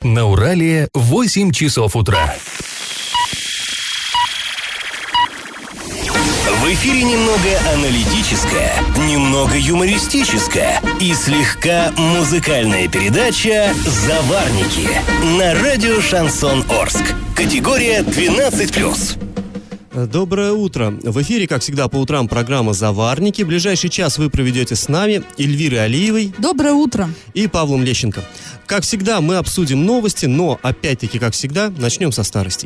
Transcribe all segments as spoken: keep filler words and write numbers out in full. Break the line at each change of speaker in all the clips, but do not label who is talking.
На Урале восемь часов утра. В эфире немного аналитическая, немного юмористическая и слегка музыкальная передача «Заварники» на радио «Шансон Орск». Категория двенадцать плюс.
Доброе утро. В эфире, как всегда, по утрам программа «Заварники». Ближайший час вы проведете с нами Эльвирой Алиевой.
Доброе утро.
И Павлом Лещенко. Как всегда, мы обсудим новости, но, опять-таки, как всегда, начнем со старостей.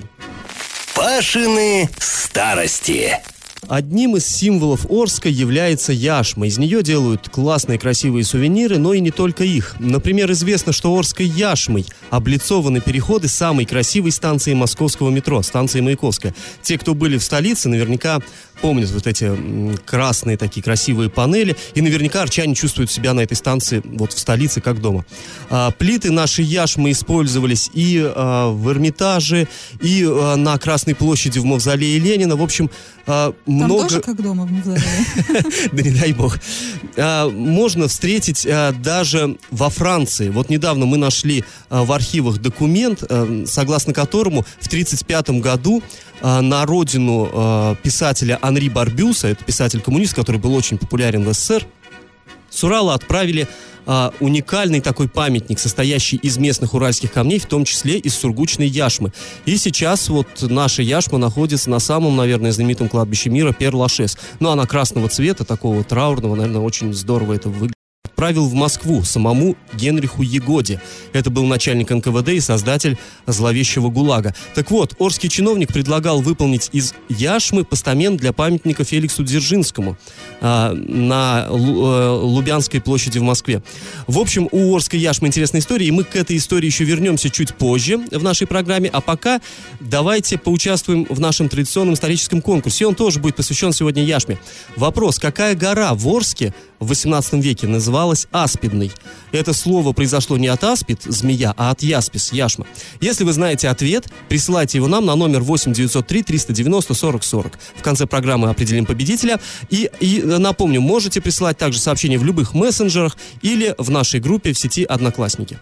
Пашины старости.
Одним из символов Орска является яшма. Из нее делают классные красивые сувениры, но и не только их. Например, известно, что Орской яшмой облицованы переходы самой красивой станции московского метро, станции Маяковская. Те, кто были в столице, наверняка помнят вот эти красные такие красивые панели, и наверняка арчане чувствуют себя на этой станции вот в столице как дома. А, плиты нашей яшмы использовались и а, в Эрмитаже, и а, на Красной площади в мавзолее Ленина. В общем, а,
Там
много...
тоже как дома в мавзолее?
Да не дай бог. А, можно встретить а, даже во Франции. Вот недавно мы нашли а, в архивах документ, а, согласно которому в тридцать пятом году а, на родину а, писателя Анри Барбюса, это писатель-коммунист, который был очень популярен в СССР, с Урала отправили а, уникальный такой памятник, состоящий из местных уральских камней, в том числе из сургучной яшмы. И сейчас вот наша яшма находится на самом, наверное, знаменитом кладбище мира Пер-Лашез. Ну, она красного цвета, такого траурного, наверное, очень здорово это выглядит. Отправил в Москву самому Генриху Ягоде. Это был начальник эн ка вэ дэ и создатель зловещего ГУЛАГа. Так вот, орский чиновник предлагал выполнить из яшмы постамент для памятника Феликсу Дзержинскому а, на Лу, а, Лубянской площади в Москве. В общем, у Орской яшмы интересная история, и мы к этой истории еще вернемся чуть позже в нашей программе. А пока давайте поучаствуем в нашем традиционном историческом конкурсе. Он тоже будет посвящен сегодня яшме. Вопрос: какая гора в Орске в восемнадцатом веке называлась Аспидной? Это слово произошло не от аспид, змея, а от яспис, яшма. Если вы знаете ответ, присылайте его нам на номер восемь девятьсот три триста девяносто сорок сорок. В конце программы определим победителя. И, и напомню, можете присылать также сообщения в любых мессенджерах или в нашей группе в сети «Одноклассники».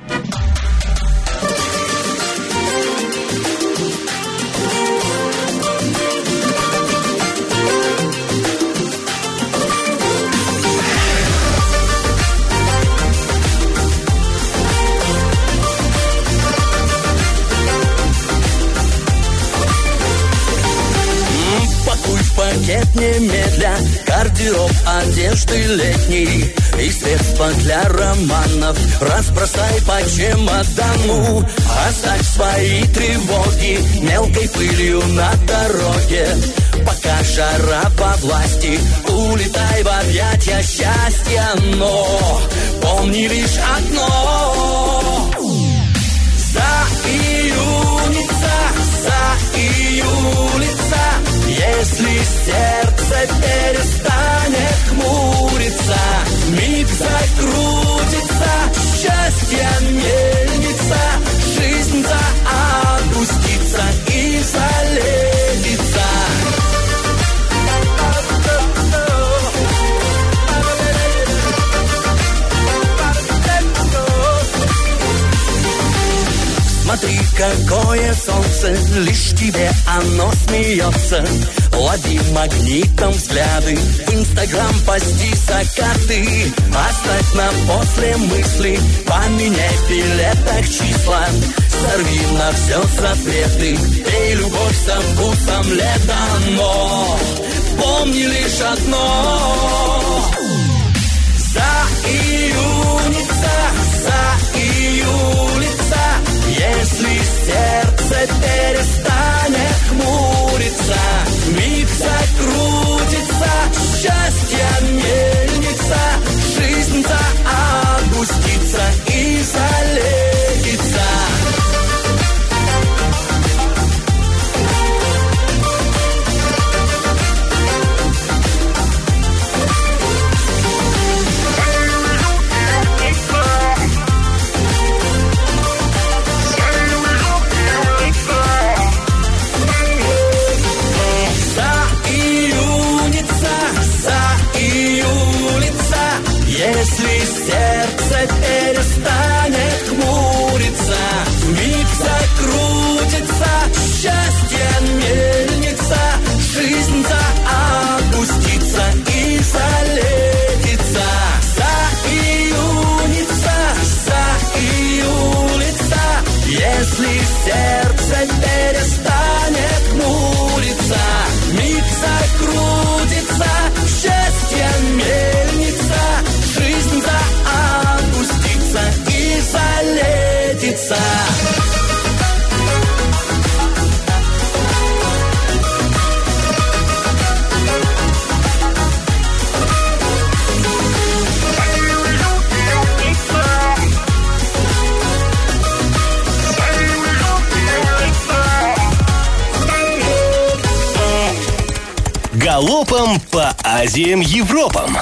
Пакет немедля, гардероб одежды летней и средства для романов разбросай по чемодану. Оставь свои тревоги мелкой пылью на дороге. Пока жара во власти, улетай в объятия счастья, но помни лишь одно: за июница, за июлица, если сердце перестанет хмуриться, миг закрутится, счастье мельница, жизнь заопустится и залепится. Смотри, какое солнце, лишь тебе оно смеется. Лови магнитом взгляды, в Инстаграм пости закаты. Оставь на после мысли, поменяй в билетах числа. Сорви на все запреты, пей любовь со вкусом лета. Но помни лишь одно: за июница, за июлица, если сердце перестанет хмуриться, миг закрутится, счастье мельница, жизнь заопустится и залепится. если сердце перестанет хмуриться, миг закрутится, счастье мельница, жизнь заопустится и залетится.
Галопом по Азиям, Европам.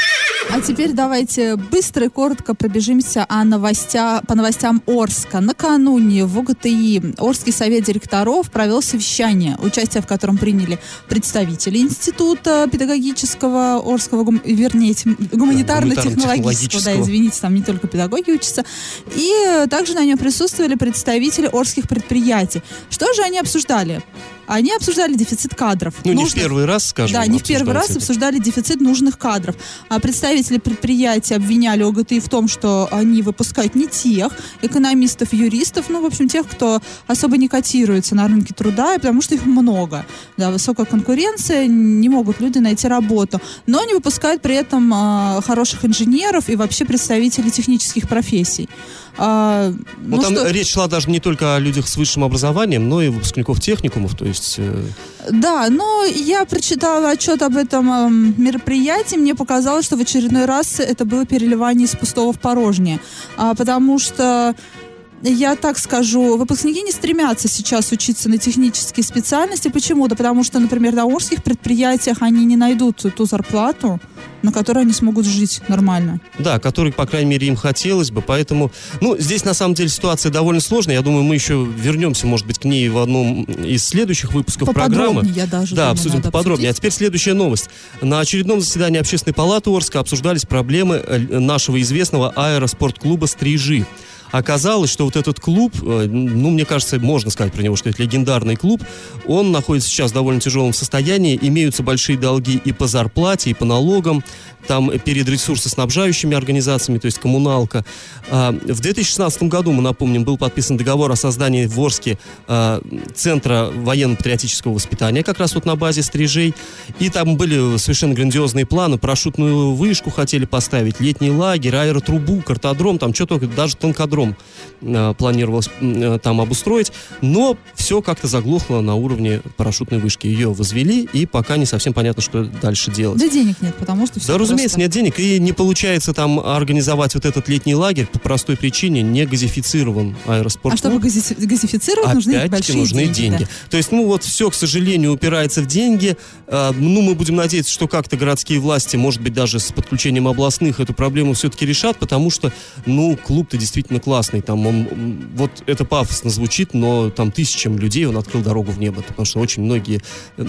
А теперь давайте быстро и коротко пробежимся о новостя... по новостям Орска. Накануне в ОГТИ Орский совет директоров провел совещание, участие в котором приняли представители Института педагогического Орского, гум... вернее, гуманитарно-технологического, да, извините, там не только педагоги учатся. И также на нем присутствовали представители орских предприятий. Что же они обсуждали? Они обсуждали дефицит кадров.
Ну,
нужных...
не в первый раз, скажем.
Да, не в первый раз это. обсуждали дефицит нужных кадров. А представители предприятий обвиняли ОГТИ в том, что они выпускают не тех экономистов, юристов, ну, в общем, тех, кто особо не котируется на рынке труда, потому что их много. Да, высокая конкуренция, не могут люди найти работу. Но они выпускают при этом э, хороших инженеров и вообще представителей технических профессий. А,
ну,
ну,
там
что...
речь шла даже не только о людях с высшим образованием, но и выпускников техникумов, то есть... Э...
Да, но я прочитала отчет об этом э, мероприятии, мне показалось, что в очередной раз это было переливание из пустого в порожнее, а, потому что... Я так скажу, выпускники не стремятся сейчас учиться на технические специальности. Почему? Да потому что, например, на орских предприятиях они не найдут ту зарплату, на которой они смогут жить нормально.
Да, которой, по крайней мере, им хотелось бы. Поэтому, ну, здесь, на самом деле, ситуация довольно сложная. Я думаю, мы еще вернемся, может быть, к ней в одном из следующих выпусков программы.
Я даже
да,
думаю,
обсудим поподробнее.
обсудить.
А теперь следующая новость. На очередном заседании Общественной палаты Орска обсуждались проблемы нашего известного аэроспортклуба «Стрижи». Оказалось, что вот этот клуб, ну, мне кажется, можно сказать про него, что это легендарный клуб, он находится сейчас в довольно тяжелом состоянии, имеются большие долги и по зарплате, и по налогам, там перед ресурсоснабжающими организациями, то есть коммуналка. В две тысячи шестнадцатом году, мы напомним, был подписан договор о создании в Орске Центра военно-патриотического воспитания, как раз вот на базе «Стрижей», и там были совершенно грандиозные планы, парашютную вышку хотели поставить, летний лагерь, аэротрубу, картодром, там что только, даже танкодром планировалось там обустроить, но все как-то заглохло на уровне парашютной вышки. Ее возвели, и пока не совсем понятно, что дальше делать.
Да денег нет, потому что все
Да,
просто...
разумеется, нет денег, и не получается там организовать вот этот летний лагерь по простой причине, не газифицирован аэропорт.
А чтобы гази- газифицировать, нужны большие
нужны
деньги.
деньги. Да. То есть, ну вот все, к сожалению, упирается в деньги. А, ну, мы будем надеяться, что как-то городские власти, может быть, даже с подключением областных, эту проблему все-таки решат, потому что, ну, клуб-то действительно классный. Там он, вот это пафосно звучит, но там тысячам людей он открыл дорогу в небо, потому что очень многие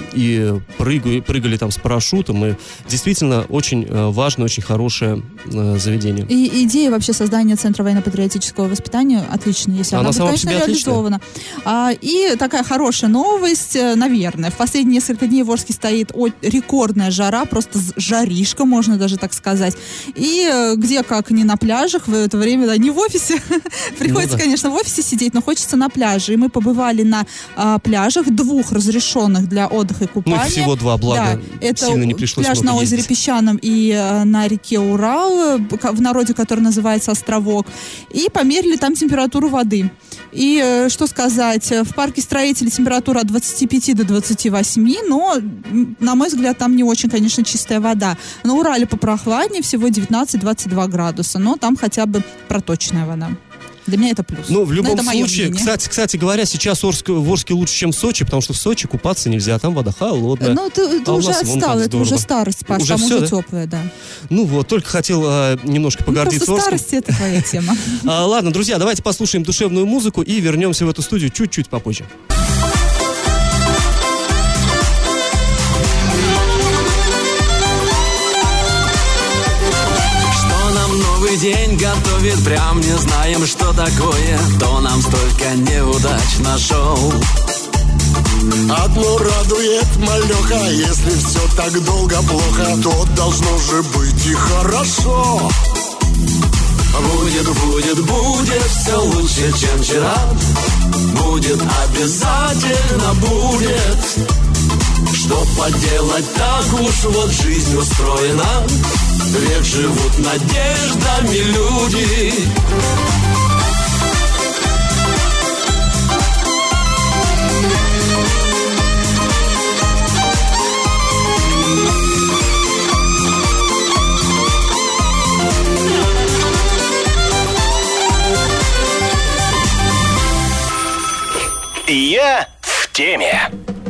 и прыгали, прыгали там с парашютом, и действительно очень важное, очень хорошее э, заведение.
И идея вообще создания Центра военно-патриотического воспитания отличная, если она, она будет, конечно, реализована. А, и такая хорошая новость, наверное. В последние несколько дней в Орске стоит рекордная жара, просто жаришка, можно даже так сказать. И где, как не на пляжах, в это время, да, не в офисе. Приходится, ну, да. конечно, в офисе сидеть, но хочется на пляже. И мы побывали на а, пляжах, двух разрешенных для отдыха и купания.
Ну, всего два, благо,
да, это
сильно не пришлось
пляж на озере
ездить.
Песчаном и а, на реке Урал, в народе, который называется Островок. И померили там температуру воды. И что сказать, в парке строителей температура от двадцати пяти до двадцати восьми, но, на мой взгляд, там не очень, конечно, чистая вода. На Урале попрохладнее, всего девятнадцать-двадцать два градуса, но там хотя бы проточная вода. Для меня это плюс.
Ну, в любом случае, кстати, кстати говоря, сейчас Орск, в Орске лучше, чем в Сочи, потому что в Сочи купаться нельзя, там вода холодная.
Ну, ты, ты
а
уже отстал, это уже старость, Паш,
уже
там
все,
уже
да?
теплая, да.
Ну вот, только хотел а, немножко погордиться
ну,
Орском.
старость — это твоя тема.
а, ладно, друзья, давайте послушаем душевную музыку и вернемся в эту студию чуть-чуть попозже.
Новый день готовит, прям не знаем, что такое. То нам столько неудач нашел.
Одно радует, малеха, если все так долго плохо, то должно же быть и хорошо.
Будет, будет, будет все лучше, чем вчера. Будет, обязательно будет. Что поделать, так уж вот жизнь устроена. Век живут надеждами люди.
Я в теме.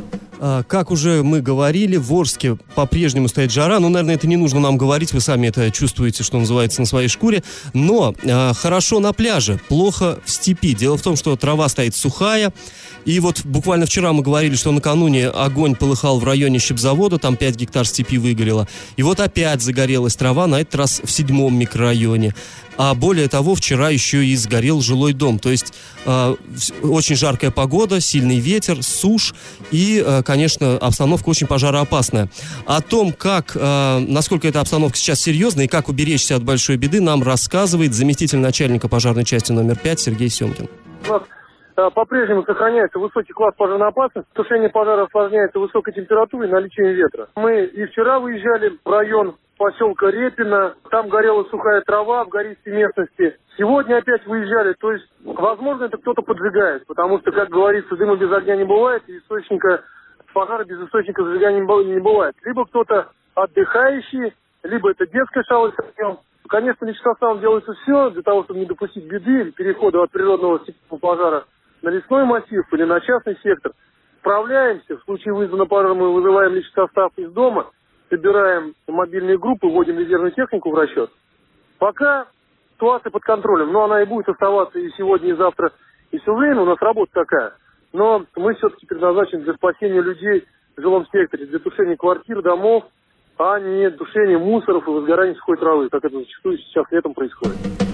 Как уже мы говорили, в Орске по-прежнему стоит жара. Ну, наверное, это не нужно нам говорить, вы сами это чувствуете, что называется, на своей шкуре. Но э, хорошо на пляже, плохо в степи. Дело в том, что трава стоит сухая. И вот буквально вчера мы говорили, что накануне огонь полыхал в районе щепзавода, там пять гектар степи выгорело. И вот опять загорелась трава, на этот раз в седьмом микрорайоне. А более того, вчера еще и сгорел жилой дом. То есть э, очень жаркая погода, сильный ветер, сушь и, э, конечно, обстановка очень пожароопасная. О том, как, э, насколько эта обстановка сейчас серьезная и как уберечься от большой беды, нам рассказывает заместитель начальника пожарной части номер пять Сергей Семкин.
У нас э, по-прежнему сохраняется высокий класс пожарной опасности. Тушение пожара осложняется высокой температурой и наличием ветра. Мы и вчера выезжали в район поселка Репино, там горела сухая трава в гористой местности. Сегодня опять выезжали, то есть, возможно, это кто-то поджигает, потому что, как говорится, дыма без огня не бывает, и источника пожара без источника зажигания не бывает. Либо кто-то отдыхающий, либо это детская шалость. Конечно, лесосоставом делается все для того, чтобы не допустить беды или перехода от природного степного пожара на лесной массив или на частный сектор. Справляемся, в случае вызова на пожар мы вызываем лесосостав из дома, собираем мобильные группы, вводим резервную технику в расчет. Пока ситуация под контролем, но она и будет оставаться и сегодня, и завтра, и все время. У нас работа такая. Но мы все-таки предназначены для спасения людей в жилом секторе, для тушения квартир, домов, а не тушения мусоров и возгорания сухой травы, как это зачастую сейчас летом происходит.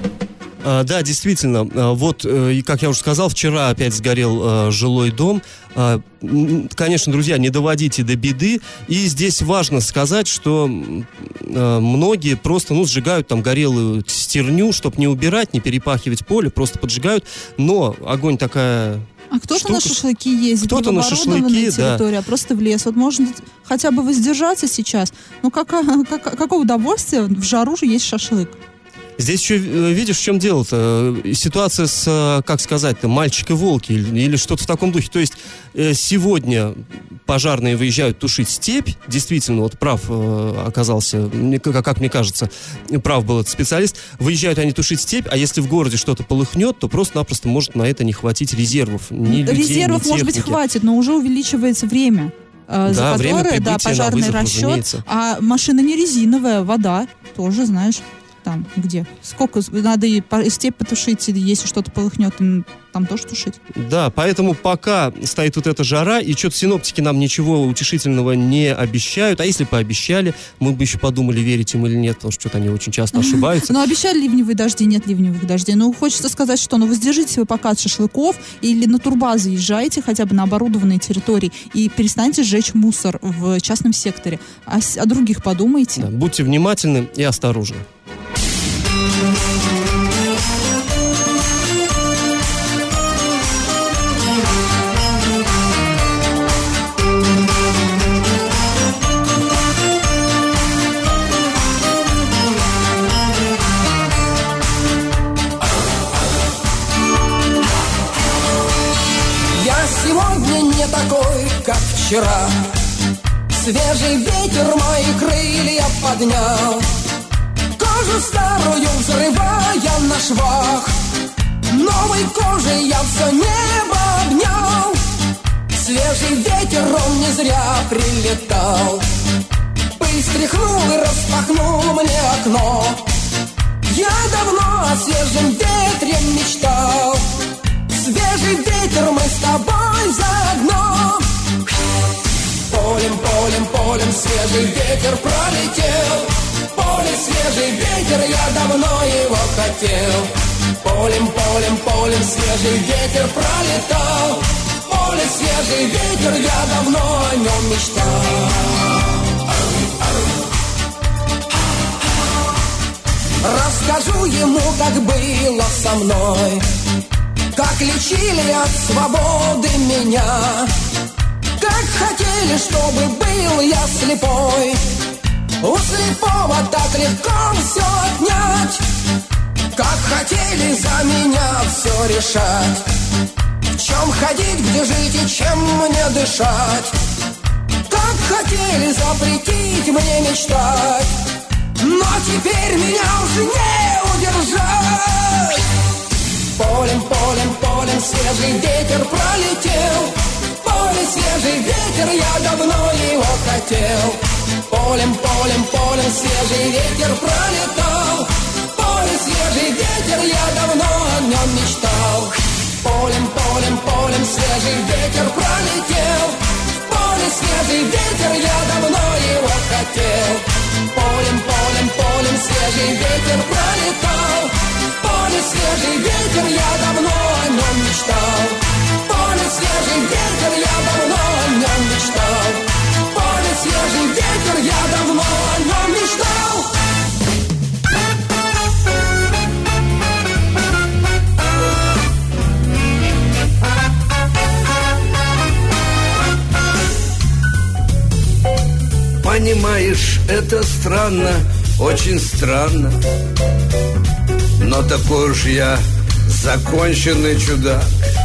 А, да, действительно, вот, и как я уже сказал, вчера опять сгорел а, жилой дом. А, конечно, друзья, не доводите до беды. И здесь важно сказать, что а, многие просто, ну, сжигают там горелую стерню, чтобы не убирать, не перепахивать поле, просто поджигают. Но огонь такая...
А кто-то
штука,
на шашлыки ездит,
кто-то
не в
на
оборудованной
шашлыки,
территории,
да.
а просто в лес. Вот можно хотя бы воздержаться сейчас. Ну, как, как, какое удовольствие в жару же есть шашлык.
Здесь еще, видишь, в чем дело-то? Ситуация с, как сказать-то, мальчик и волки или, или что-то в таком духе. То есть сегодня пожарные выезжают тушить степь. Действительно, вот прав оказался, как мне кажется, прав был этот специалист. Выезжают они тушить степь, а если в городе что-то полыхнет, то просто-напросто может на это не хватить резервов. Ни людей,
резервов,
ни
может быть, хватит, но уже увеличивается время.
Да,
за
время
которое, да, пожарный
вызов,
расчет.
разумеется.
А машина не резиновая, вода тоже, знаешь, там где. Сколько надо и степь потушить, если что-то полыхнет, там тоже тушить.
Да, поэтому пока стоит вот эта жара, и что-то синоптики нам ничего утешительного не обещают. А если пообещали, мы бы еще подумали, верить им или нет, потому что что-то они очень часто ошибаются.
Ну, обещали ливневые дожди, нет ливневых дождей. Ну, хочется сказать, что, ну, воздержитесь вы пока от шашлыков или на турбазы езжайте хотя бы на оборудованные территории и перестаньте сжечь мусор в частном секторе. А о других подумайте.
Да, будьте внимательны и осторожны.
Сегодня не такой, как вчера. Свежий ветер мои крылья поднял, кожу старую взрывая на швах. Новой кожей я все небо обнял. Свежий ветер, он не зря прилетал. Пыль стряхнул и распахнул мне окно. Я давно о свежем ветре мечтал. Свежий ветер, мы с тобой заодно. Полем, полем, полем свежий ветер пролетел. Поле, свежий ветер, я давно его хотел. Полем, полем, полем свежий ветер пролетал. Поле, свежий ветер, я давно о нем мечтал. Расскажу ему, как было со мной, как лечили от свободы меня, как хотели, чтобы был я слепой. У слепого так легко все отнять, как хотели за меня все решать. В чем ходить, где жить и чем мне дышать, как хотели запретить мне мечтать. Но теперь меня уже не удержать. Полем, полем, полем свежий ветер пролетел. Поле свежий ветер, я давно его хотел. Полем, полем, полем свежий ветер пролетал. Поле свежий ветер, я давно о нем мечтал. Полем, полем, полем свежий ветер пролетел. Поле свежий ветер, я давно его хотел. Полем, полем, полем свежий ветер пролетал. Поле свежий ветер, я давно о нем мечтал. Поле свежий ветер, я давно о нем мечтал. Поле свежий ветер, я давно о нем мечтал.
Понимаешь, это странно, очень странно, но такой уж я законченный чудак.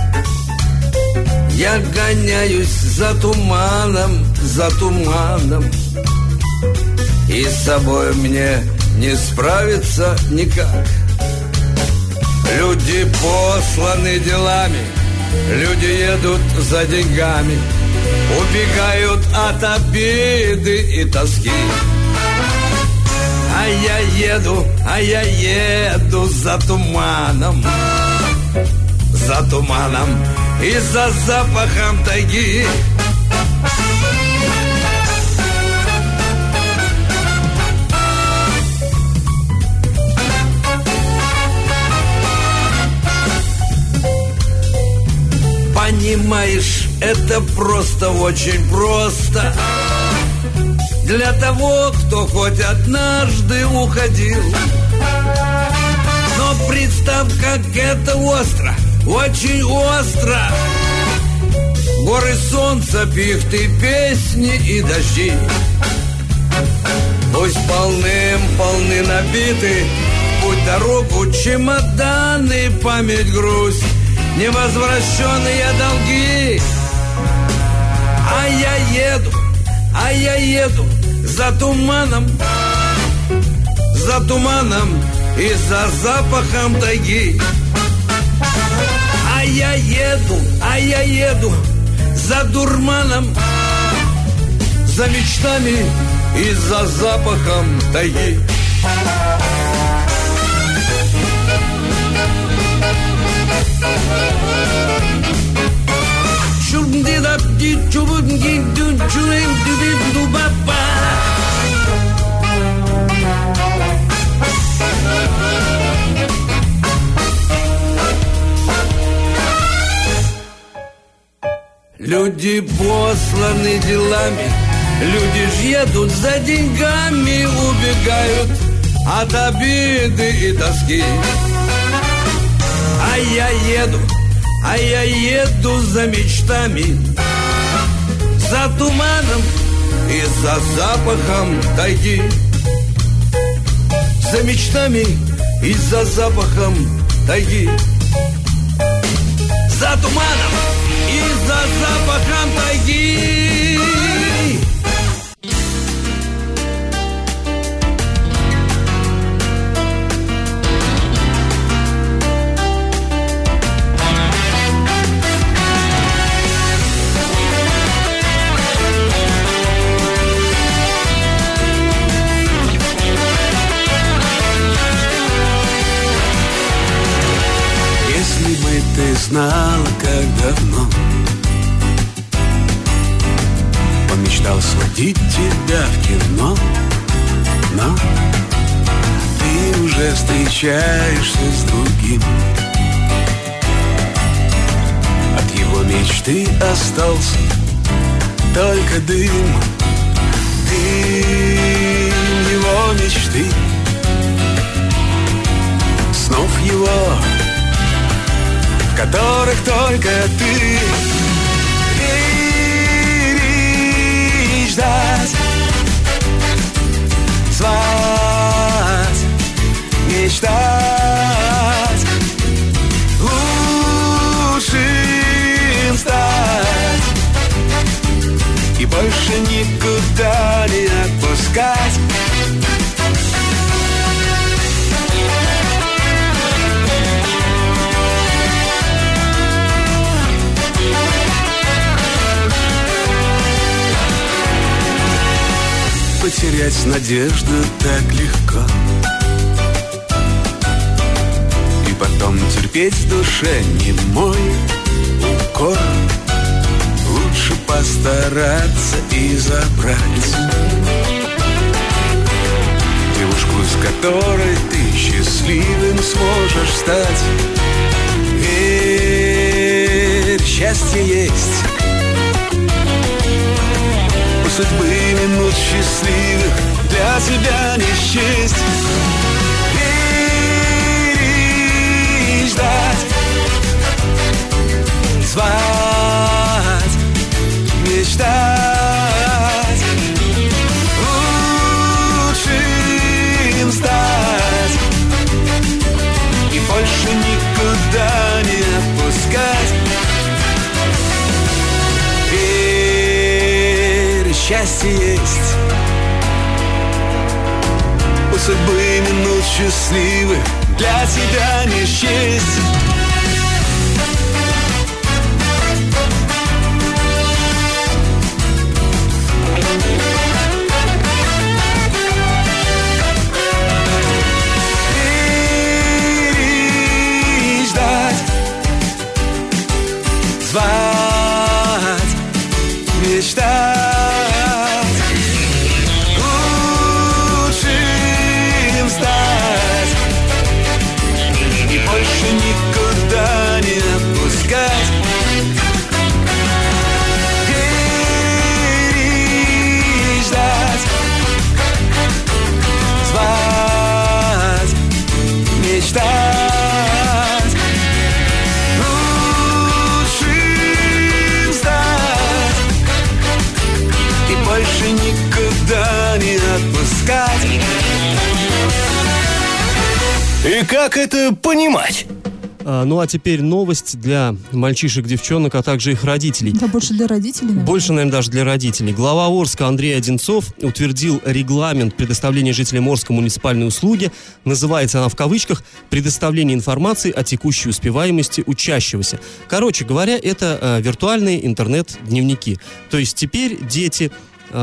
Я гоняюсь за туманом, за туманом, и с собой мне не справиться никак. Люди посланы делами, люди едут за деньгами, убегают от обиды и тоски. А я еду, а я еду за туманом, за туманом и за запахом тайги. Понимаешь, это просто, очень просто для того, кто хоть однажды уходил. Но представь, как это остро, очень остро. Горы, солнца, пихты, песни и дожди. Пусть полным-полны набиты в путь дорогу чемоданы, память, грусть, невозвращенные долги. А я еду, а я еду за туманом, за туманом и за запахом тайги. А я еду, а я еду за дурманом, за мечтами и за запахом тайги. Люди посланы делами, люди ж едут за деньгами, убегают от обиды и тоски. А я еду, а я еду за мечтами, за туманом и за запахом тайги. За мечтами и за запахом тайги. За туманом и за запахом тайги.
Ты знала, как давно помечтал сводить тебя в кино, но ты уже встречаешься с другим. От его мечты остался только дым, дым его мечты. снов его, в которых только ты. И ждать, звать, мечтать, лучшим стать и больше никуда не отпускать. Потерять надежду так легко, и потом терпеть в душе немой укор. Лучше постараться и забрать девушку, с которой ты счастливым сможешь стать. Верь, счастье есть, у судьбы минут счастливых для тебя не счесть. Верь, ждать, звать, мечтать, лучшим стать и больше никуда не отпускать. Верь, счастье есть, у судьбы минут счастливых для тебя не счесть. Звать, мечтать, лучшим стать и больше никуда не отпускать. Верь, ждать, звать, мечтать. Больше никуда не отпускать.
И как это понимать?
А, ну а теперь новость для мальчишек, девчонок, а также их родителей.
Да, больше для родителей, наверное.
Больше, наверное, даже для родителей. Глава Орска Андрей Одинцов утвердил регламент предоставления жителям Орска муниципальной услуги. Называется она в кавычках «Предоставление информации о текущей успеваемости учащегося». Короче говоря, это э, виртуальные интернет-дневники. То есть теперь дети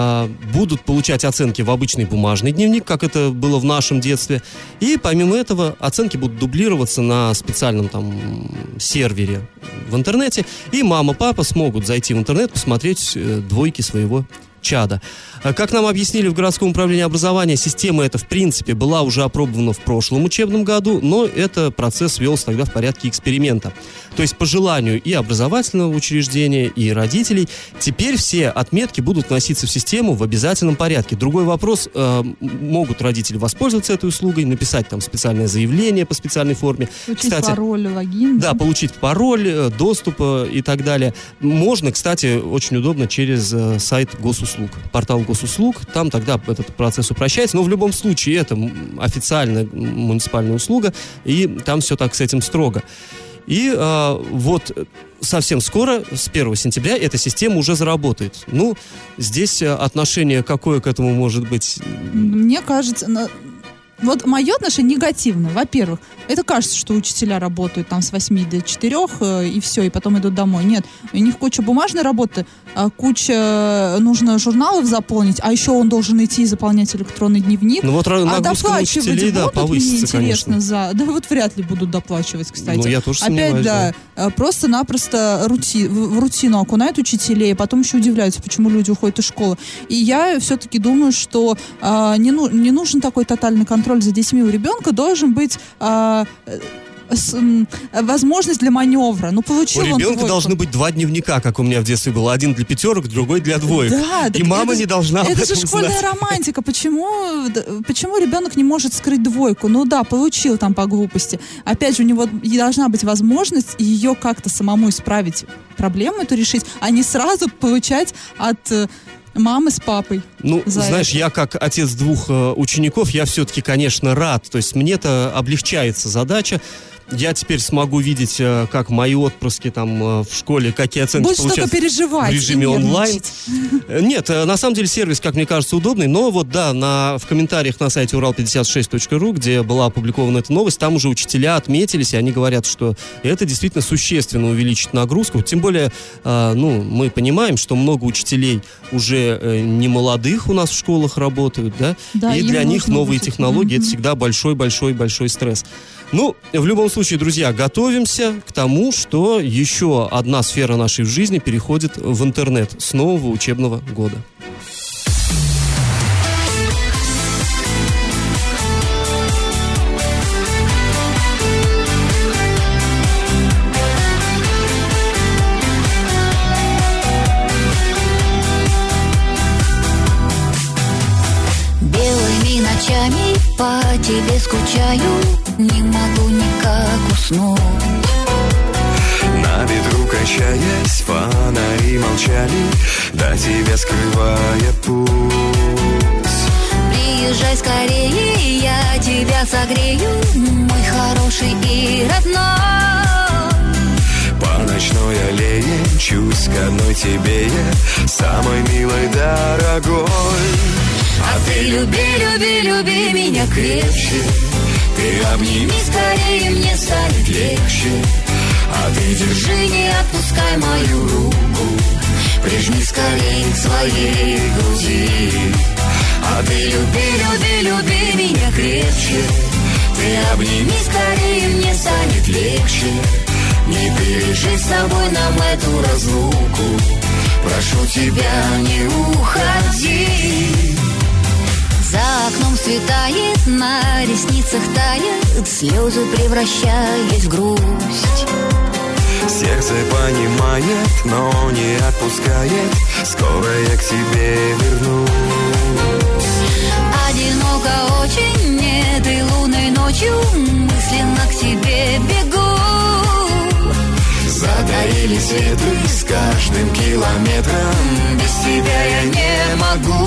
будут получать оценки в обычный бумажный дневник, как это было в нашем детстве. И помимо этого оценки будут дублироваться на специальном там сервере в интернете. И мама, папа смогут зайти в интернет, посмотреть двойки своего чада. Как нам объяснили в городском управлении образования, система эта, в принципе, была уже опробована в прошлом учебном году, но это процесс велся тогда в порядке эксперимента. То есть по желанию и образовательного учреждения, и родителей, теперь все отметки будут вноситься в систему в обязательном порядке. Другой вопрос, э, могут родители воспользоваться этой услугой, написать там специальное заявление по специальной форме.
Получить
кстати,
пароль, логин.
Да, получить пароль, доступ и так далее. Можно, кстати, очень удобно через э, сайт госуслуг, портал госуслуг, там тогда этот процесс упрощается, но в любом случае это официальная муниципальная услуга, и там все так с этим строго. И э, вот совсем скоро, с первого сентября, эта система уже заработает. Ну, здесь отношение какое к этому может быть?
Мне кажется... На... Вот мое отношение негативное. Во-первых, это кажется, что учителя работают там с восьми до четырёх, э, и все, и потом идут домой. Нет, у них куча бумажной работы, э, куча нужно журналов заполнить, а еще он должен идти и заполнять электронный дневник.
Ну вот
а
нагрузка на учителей, да, повысится, конечно.
За... Да вот вряд ли будут доплачивать, кстати.
Ну, я тоже
Опять,
сомневаюсь,
да, да. Просто-напросто рути... в рутину окунают учителей, потом еще удивляются, почему люди уходят из школы. И я все-таки думаю, что э, не, ну... не нужен такой тотальный контроль за детьми. У ребенка должен быть... Э, с, м, возможность для маневра. Ну, получил
У
он
ребенка
двойку.
должны быть два дневника, как у меня в детстве было. Один для пятерок, другой для двоек.
Да,
и
так
мама
это
не
же-
должна об
Это
этом
же школьная
знать.
романтика. Почему, д- почему ребенок не может скрыть двойку? Ну да, получил там по глупости. Опять же, у него и должна быть возможность ее как-то самому исправить, проблему эту решить, а не сразу получать от э, мамы с папой.
Ну,
за
знаешь,
это.
я как отец двух э, учеников, я все-таки, конечно, рад. То есть мне-то облегчается задача. Я теперь смогу видеть, э, как мои отпрыски там э, в школе, какие оценки
Будешь
получают
только переживать
в режиме
и
онлайн.
нервничать.
Э, Нет, э, на самом деле сервис, как мне кажется, удобный, но вот да, на, в комментариях на сайте урал пятьдесят шесть точка ру, где была опубликована эта новость, там уже учителя отметились, и они говорят, что это действительно существенно увеличит нагрузку. Тем более, э, ну, мы понимаем, что много учителей уже э, не молодых у нас в школах работают, да,
Да,
и
им
для них
нужно
новые
будет.
технологии это
Мгм.
всегда большой-большой-большой стресс. Ну, в любом случае, друзья, готовимся к тому, что еще одна сфера нашей жизни переходит в интернет с нового учебного года.
Белыми ночами по тебе скучаю, не могу никак уснуть.
На ветру качаясь, фонари молчали, до тебя скрывая путь.
Приезжай скорее, я тебя согрею, мой хороший и родной.
По ночной аллее мчусь к одной тебе я, самой милой, дорогой.
А ты люби, люби, люби меня крепче.
Ты обними,
Скорее мне станет легче.
а ты держи,
Не отпускай мою руку,
прижми скорее к своей груди.
а ты люби, люби, люби меня крепче.
Ты обними,
Скорее мне станет легче.
не пережи
С тобой нам эту разлуку,
прошу тебя,
не уходи. За окном светает, на ресницах тает, слезы превращаясь в грусть.
сердце понимает, но не отпускает, скоро я к тебе вернусь.
Одиноко очень этой лунной ночью, мысленно к тебе бегу.
Загорелись ветры с каждым километром, без тебя я не могу.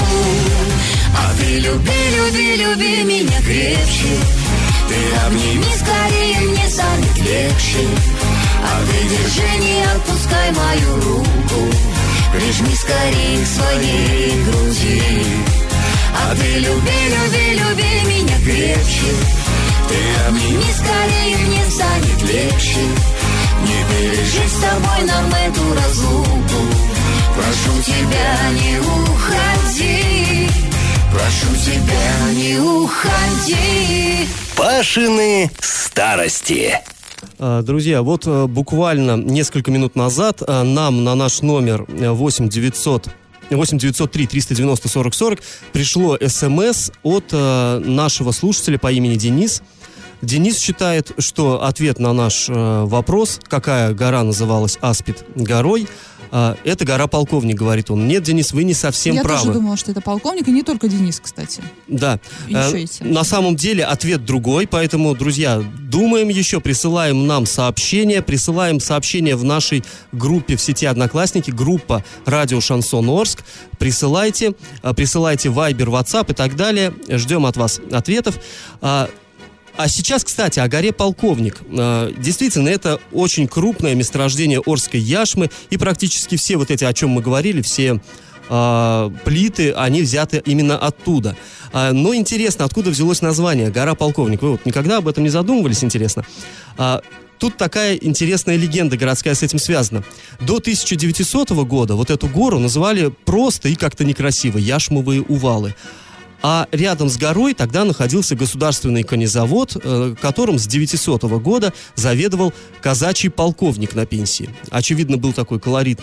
А ты люби, люби, люби меня крепче.
Ты обними,
Скорее мне станет легче.
а ты держи,
Не отпускай мою руку,
прижми скорее к своей груди.
а ты люби, люби, люби меня крепче.
Ты обними,
Скорее мне станет легче.
не пережи,
С тобой нам эту разлуку,
прошу тебя,
не уходи.
прошу тебя,
Не уходи.
Пашины старости.
А, Друзья, вот а, буквально несколько минут назад а, нам на наш номер восемь девятьсот восемь девятьсот три триста девяносто сорок сорок пришло СМС от а, нашего слушателя по имени Денис. Денис считает, что ответ на наш а, вопрос, какая гора называлась Аспид горой, а, это гора Полковник, говорит он. Нет, Денис, вы не совсем
Я
правы.
тоже думала, что это полковник, и не только Денис, кстати.
Да.
Еще
Э,
есть.
На самом деле ответ другой, поэтому, друзья, думаем еще, присылаем нам сообщения, присылаем сообщения в нашей группе в сети Одноклассники, группа Радио Шансон Орск. Присылайте, э, присылайте Вайбер, Ватсап и так далее. Ждем от вас ответов. А, А сейчас, кстати, о горе Полковник. Э, Действительно, это очень крупное месторождение Орской яшмы, и практически все вот эти, о чем мы говорили, все э, плиты, они взяты именно оттуда. А, Но интересно, откуда взялось название «Гора Полковник»? Вы вот никогда об этом не задумывались, интересно? А, Тут такая интересная легенда городская с этим связана. До тысяча девятисотого года вот эту гору называли просто и как-то некрасиво «Яшмовые увалы». А рядом с горой тогда находился государственный конезавод, э, которым с девятисотого года заведовал казачий полковник на пенсии. Очевидно, был такой колоритный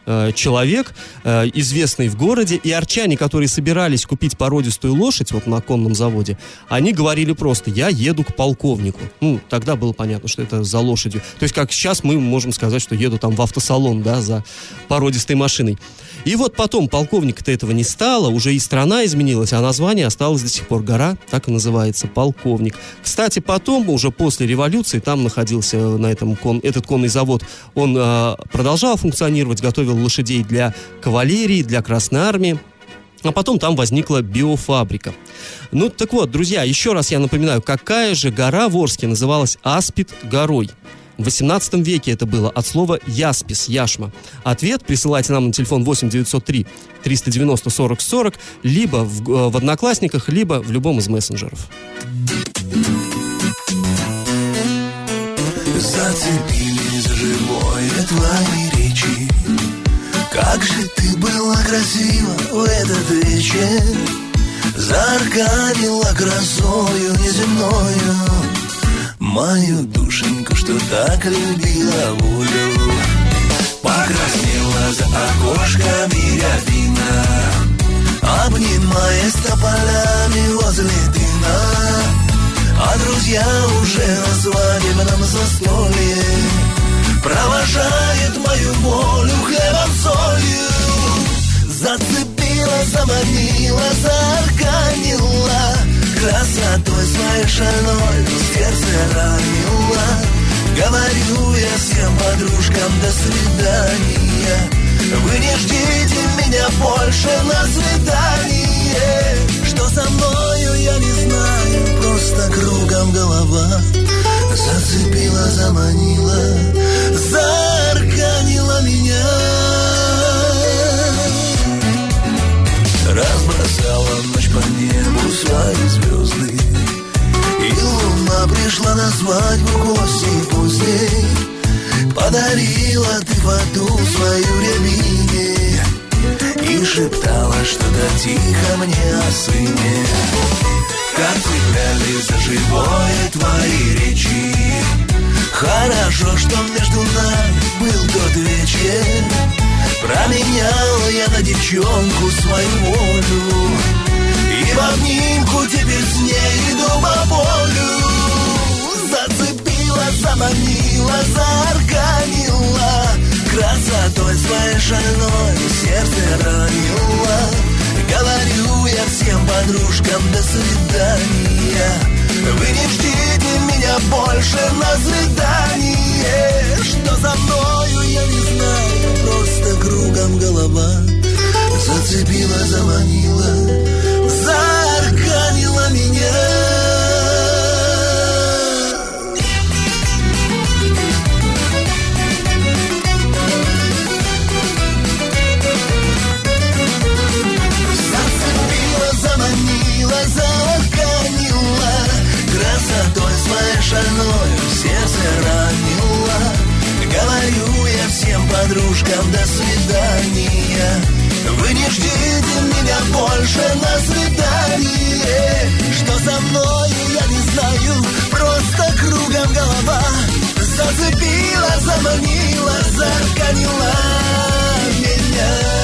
э, человек, э, известный в городе, и арчане, которые собирались купить породистую лошадь вот на конном заводе, они говорили просто: я еду к полковнику. Ну, тогда было понятно, что это за лошадью. То есть, как сейчас мы можем сказать, что еду там в автосалон, да, за породистой машиной. И вот потом полковника-то этого не стало, уже и страна изменилась, а название осталось до сих пор. Гора так и называется, полковник. Кстати, потом, уже после революции, там находился на этом кон, этот конный завод, он э, продолжал функционировать, готовил лошадей для кавалерии, для Красной Армии. А потом там возникла биофабрика. Ну, так вот, друзья, еще раз я напоминаю, какая же гора в Орске называлась Аспид горой? В восемнадцатом веке это было от слова «яспис», «яшма». Ответ присылайте нам на телефон восемь девятьсот три триста девяносто сорок сорок, либо в, в Одноклассниках, либо в любом из мессенджеров.
Зацепили за живое твои речи. Как же ты была красива в этот вечер, заарканила красою неземною мою душеньку, что так любила волю. Покраснела за окошками рябина, обнимаясь тополями возле тына, а друзья уже на свадебном застолье провожают мою волю хлебом солью. Зацепила, заманила, заарканила красотой своей шальной, сердце ранила. Говорю я всем подружкам до свидания, вы не ждите меня больше на свидание. Что со мною, я не знаю, просто кругом голова. Зацепила, заманила, заарканила меня. Разбросала ночь по небу свои звезды, и луна пришла на свадьбу гостей поздней. Подарила ты фату свою рябине и шептала что-то тихо мне о сыне. Как цепляли за живое твои речи, хорошо, что между нами был тот вечер. Променял я на девчонку свою волю, и в обнимку теперь с ней иду по полю. Зацепила, заманила, заарканила красотой своей шальной, сердце ранила. Говорю я всем подружкам до свидания, вы не ждите меня больше на свидание. Что за мною, я не знаю, просто кругом голова. Зацепила, заманила, заарканила меня. Красотой своей шальной сердце ранила. Говорю я всем подружкам до свидания, вы не ждите меня больше на свидание. Что со мною, я не знаю, просто кругом голова. Зацепила, заманила, заарканила меня.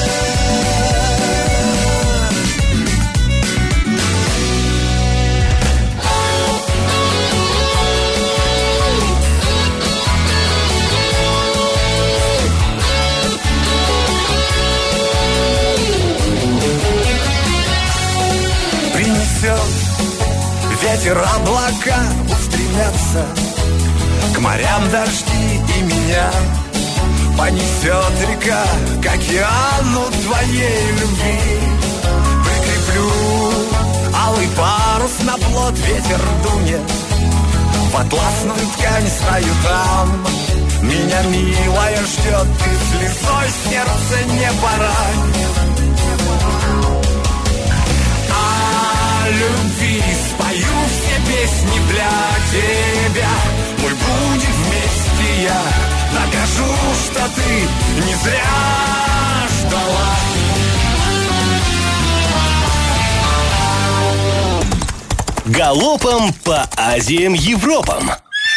Ветер, облака устремятся к морям, дожди и меня. Понесет река к океану твоей любви. Прикреплю алый парус на плот, ветер дунет в атласную ткань свою там. Меня, милая, ждет, ты слезой сердце не поранит. О любви спою все песни для тебя. Мы будем вместе, я докажу, что ты не зря ждала.
Галопом по Азиям, Европам.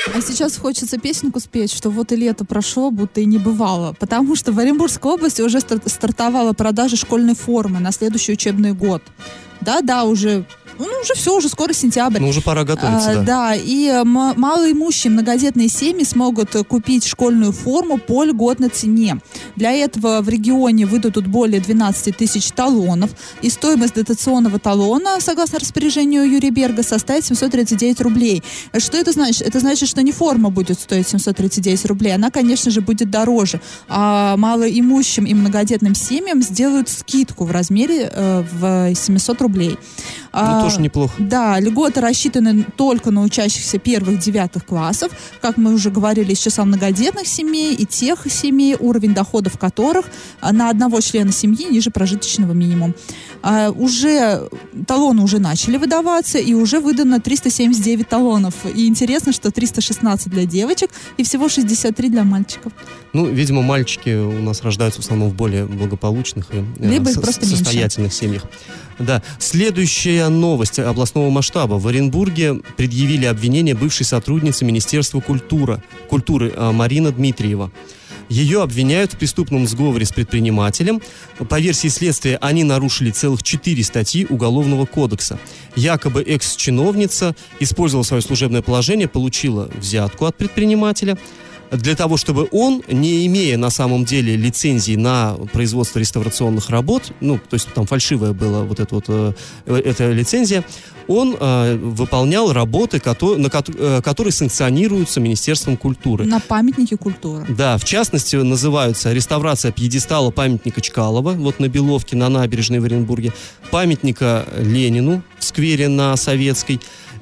А сейчас хочется песенку спеть, что вот и лето прошло, будто и не бывало. Потому что в Оренбургской области уже стартовала продажа школьной формы на следующий учебный год. Да-да, уже... Ну, уже все, уже скоро сентябрь.
Ну, уже пора готовиться,
а,
да.
Да, и м- малоимущие многодетные семьи смогут купить школьную форму по льготной цене. Для этого в регионе выдадут более двенадцать тысяч талонов. И стоимость дотационного талона, согласно распоряжению Юрия Берга, составит семьсот тридцать девять рублей. Что это значит? Это значит, что не форма будет стоить семьсот тридцать девять рублей, она, конечно же, будет дороже. А малоимущим и многодетным семьям сделают скидку в размере э, в семьсот рублей.
Ну, тоже неплохо.
Да, льготы рассчитаны только на учащихся первых-девятых классов, как мы уже говорили, из числа многодетных семей и тех семей, уровень доходов которых на одного члена семьи ниже прожиточного минимума. А, уже талоны уже начали выдаваться, и уже выдано триста семьдесят девять талонов. И интересно, что триста шестнадцать для девочек и всего шестьдесят три для мальчиков.
Ну, видимо, мальчики у нас рождаются в основном в более благополучных и
Либо
э,
их просто
состоятельных
меньше.
семьях. Да. Следующая новость областного масштаба. В Оренбурге предъявили обвинение бывшей сотрудницы Министерства культуры, культуры Марина Дмитриева. Ее обвиняют в преступном сговоре с предпринимателем. По версии следствия, они нарушили целых четыре статьи Уголовного кодекса. Якобы экс-чиновница использовала свое служебное положение, получила взятку от предпринимателя для того, чтобы он, не имея на самом деле лицензии на производство реставрационных работ, ну, то есть там фальшивая была вот эта вот э, эта лицензия, он э, выполнял работы, которые, на, э, которые санкционируются Министерством культуры.
На памятнике культуры.
Да, в частности, называются реставрация пьедестала памятника Чкалова, вот на Беловке, на набережной в Оренбурге, памятника Ленину в сквере на Советской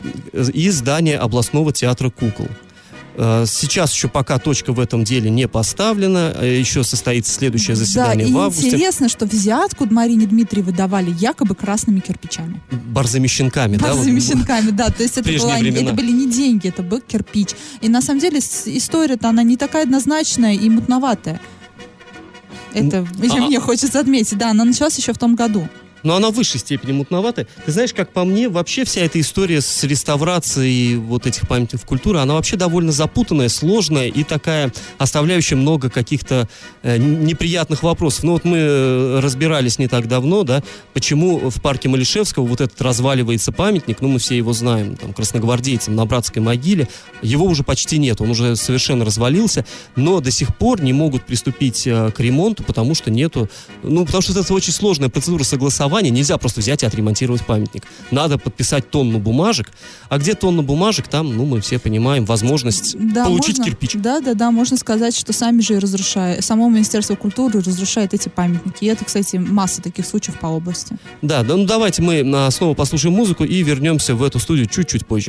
и здание областного театра кукол. Сейчас еще пока точка в этом деле не поставлена. Еще состоится следующее заседание, да, в августе.
Да, интересно, что взятку Марине Дмитриевой давали якобы красными кирпичами.
Борзыми щенками, да?
Борзыми щенками, да. То есть это, была, это были не деньги, это был кирпич. И на самом деле история-то, она не такая однозначная и мутноватая. Это а, мне хочется отметить. Да, она началась еще в том году.
Но она в высшей степени мутноватая. Ты знаешь, как по мне, вообще вся эта история с реставрацией вот этих памятников культуры, она вообще довольно запутанная, сложная и такая, оставляющая много каких-то э, неприятных вопросов. Ну вот мы разбирались не так давно, да, почему в парке Малишевского вот этот разваливается памятник, ну мы все его знаем, там, красногвардейцам на Братской могиле, его уже почти нет, он уже совершенно развалился, но до сих пор не могут приступить э, к ремонту, потому что нету, ну потому что это очень сложная процедура согласования. Нельзя просто взять и отремонтировать памятник. Надо подписать тонну бумажек. А где тонна бумажек, там, ну, мы все понимаем, возможность да, получить
можно,
кирпич.
Да, да, да, можно сказать, что сами же и разрушают. Само Министерство культуры разрушает эти памятники. И это, кстати, масса таких случаев по области. Да,
да, ну давайте мы снова послушаем музыку и вернемся в эту студию чуть-чуть позже.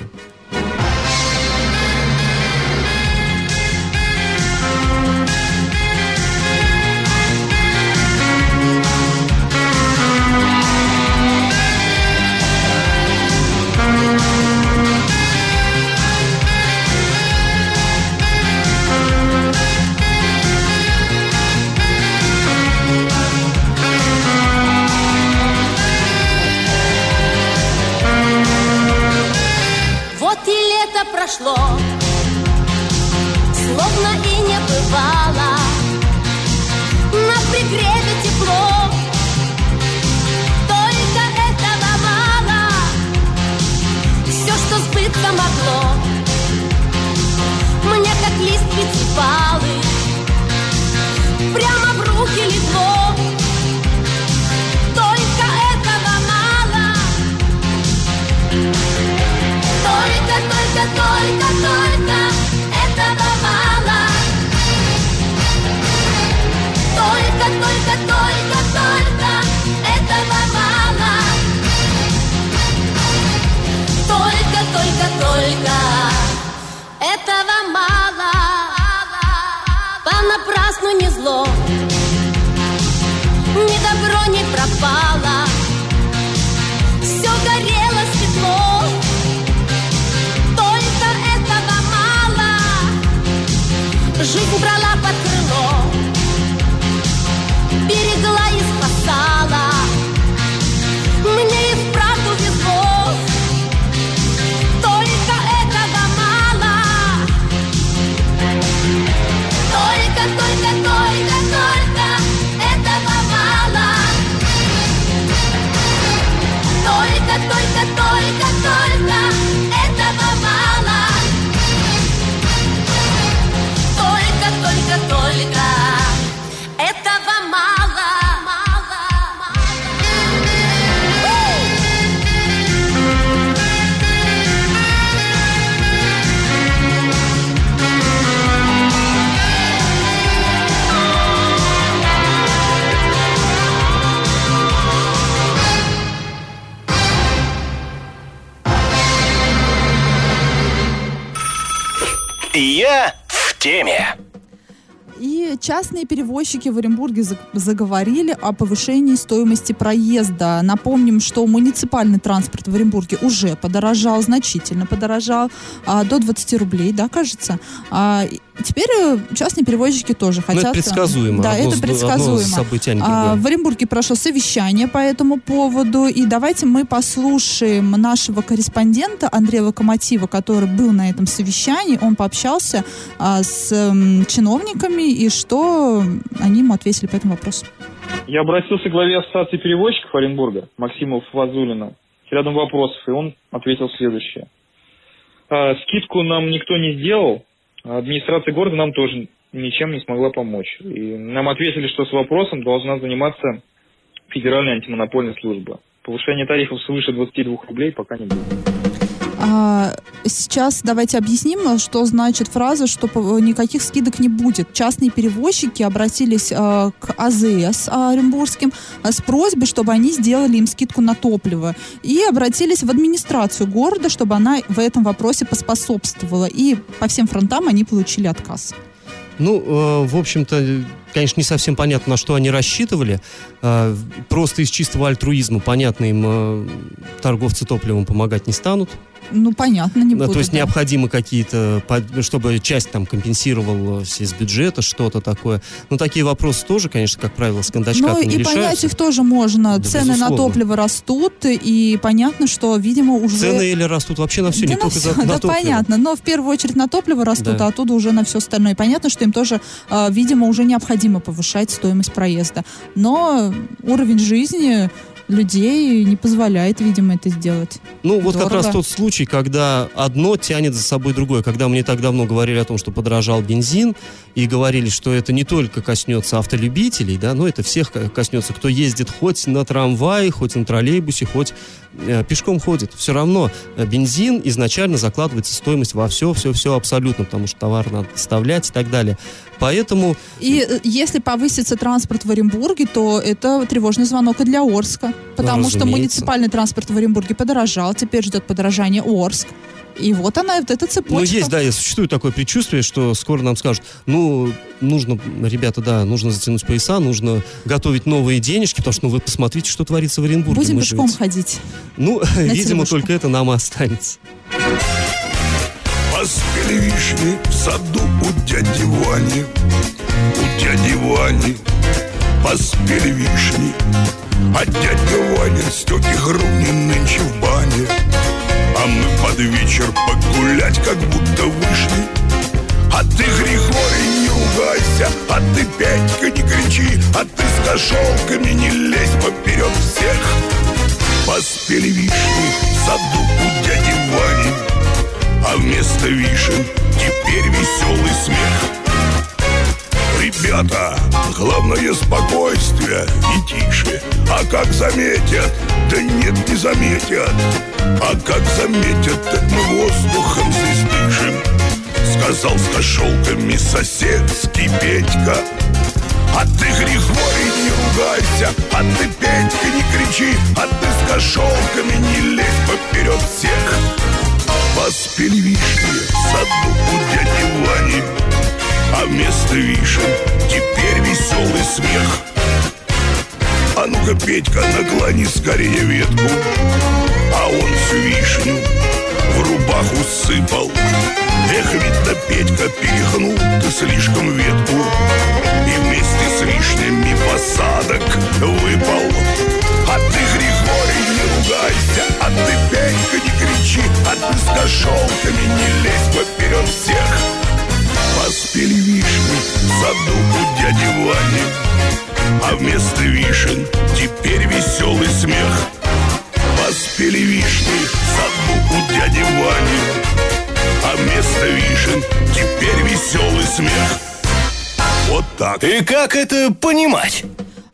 Прошло, словно и не бывало. На пригреве тепло, только этого мало. Все, что сбыться могло, мне как лист палы прямо в руки легло. Только этого мало. Только, только, только, только этого мало. Только, только, только, только этого мало. Только, только, только этого мало.
Я в теме.
И частные перевозчики в Оренбурге заговорили о повышении стоимости проезда. Напомним, что муниципальный транспорт в Оренбурге уже подорожал, значительно подорожал, а, до двадцати рублей, да, кажется. А, теперь частные перевозчики тоже хотят...
Но это предсказуемо.
Да,
одно
это
с,
предсказуемо.
Одно событие, а не
а,
другое.
в Оренбурге прошло совещание по этому поводу. И давайте мы послушаем нашего корреспондента Андрея Локомотива, который был на этом совещании. Он пообщался а, с м, чиновниками, и что они ему ответили по этому вопросу.
Я обратился к главе Ассоциации перевозчиков Оренбурга Максиму Фазулину с рядом вопросов, и он ответил следующее. А, скидку нам никто не сделал, администрация города нам тоже ничем не смогла помочь. И нам ответили, что с вопросом должна заниматься Федеральная антимонопольная служба. Повышение тарифов свыше двадцати двух рублей пока не будет.
А, сейчас давайте объясним, что значит фраза, что никаких скидок не будет. Частные перевозчики обратились а, к АЗС оренбургским а, с просьбой, чтобы они сделали им скидку на топливо. И обратились в администрацию города, чтобы она в этом вопросе поспособствовала. И по всем фронтам они получили отказ.
Ну, э, в общем-то, конечно, не совсем понятно, на что они рассчитывали. Э, просто из чистого альтруизма, понятно, им э, торговцы топливом помогать не станут.
Ну, понятно, не будут.
То есть
да.
необходимо какие-то, чтобы часть там компенсировалась из бюджета, что-то такое. Но такие вопросы тоже, конечно, как правило, с кондачка
Ну,
не
и
решаются.
понять их тоже можно.
Да,
Цены
безусловно.
на топливо растут, и понятно, что, видимо, уже...
Цены или растут вообще на все,
да
не
на
только
все,
за, на
да,
топливо.
понятно. Но в первую очередь на топливо растут,
Да.
а оттуда уже на все остальное. И понятно, что им тоже, э, видимо, уже необходимо повышать стоимость проезда. Но уровень жизни людей не позволяет, видимо, это сделать.
Ну, вот
Дорого.
как раз тот случай, когда одно тянет за собой другое. Когда мы не так давно говорили о том, что подорожал бензин, и говорили, что это не только коснется автолюбителей, да, но это всех коснется, кто ездит хоть на трамвае, хоть на троллейбусе, хоть э, пешком ходит. Все равно э, бензин изначально закладывается стоимость во все, все, все абсолютно, потому что товар надо доставлять и так далее. Поэтому...
И э, если повысится транспорт в Оренбурге, то это тревожный звонок и для Орска. Потому
Ну,
что
разумеется.
муниципальный транспорт в Оренбурге подорожал, теперь ждет подорожание Орск. И вот она, вот эта цепочка.
Ну, есть, да, и существует такое предчувствие, что скоро нам скажут, ну, нужно, ребята, да, нужно затянуть пояса, нужно готовить новые денежки, потому что, ну, вы посмотрите, что творится в Оренбурге.
Будем
Мы
пешком
ведь...
ходить.
Ну, видимо,
тележку.
только это нам и останется.
Поспели вишни в саду у дяди Вани, у дяди Вани. Поспели вишни, а дядя Ваня с тетей Грунин нынче в бане. А мы под вечер погулять как будто вышли. А ты, Григорий, не ругайся, а ты, Петька, не кричи, а ты с кошелками не лезь поперед всех. Поспели вишни в саду у дяди Вани, а вместо вишен теперь веселый смех. Ребята, главное спокойствие и тише. А как заметят, да нет, не заметят. А как заметят, так мы воздухом здесь дышим. Сказал с кошелками соседский Петька. А ты, Григорий, не ругайся, а ты, Петька, не кричи, а ты с кошелками не лезь поперед всех. Поспели вишни в саду у дяди Вани, а вместо вишен теперь веселый смех. А ну-ка, Петька, наклони скорее ветку. А он всю вишню в рубаху сыпал. Эх, видно, Петька, перехнул ты слишком ветку, и вместе с вишнями посадок выпал. А ты, Григорий, не ругайся, а ты, Петька, не кричи, а ты с кошелками не лезь поперед всех. Поспели вишни в саду у дяди Вани, а вместо вишен теперь веселый смех. Поспели вишни в саду у дяди Вани, а вместо вишен теперь веселый смех. Вот так.
И как это понимать?